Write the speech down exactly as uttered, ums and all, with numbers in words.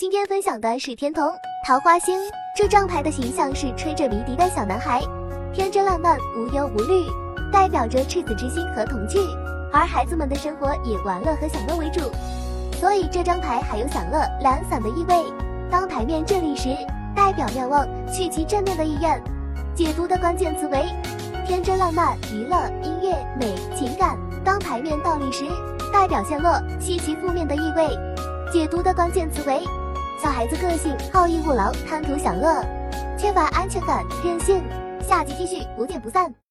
今天分享的是天童桃花星，这张牌的形象是吹着迷笛的小男孩，天真烂漫，无忧无虑，代表着赤子之心和童趣，而孩子们的生活以玩乐和享乐为主，所以这张牌还有享乐、懒散的意味。当牌面正立时，代表妙望，蓄其正面的意愿。解读的关键词为天真烂漫、娱乐、音乐、美、情感。当牌面倒立时，代表陷落，蓄其负面的意味。解读的关键词为小孩子个性好逸恶劳，贪图享乐，缺乏安全感，任性。下集继续，不见不散。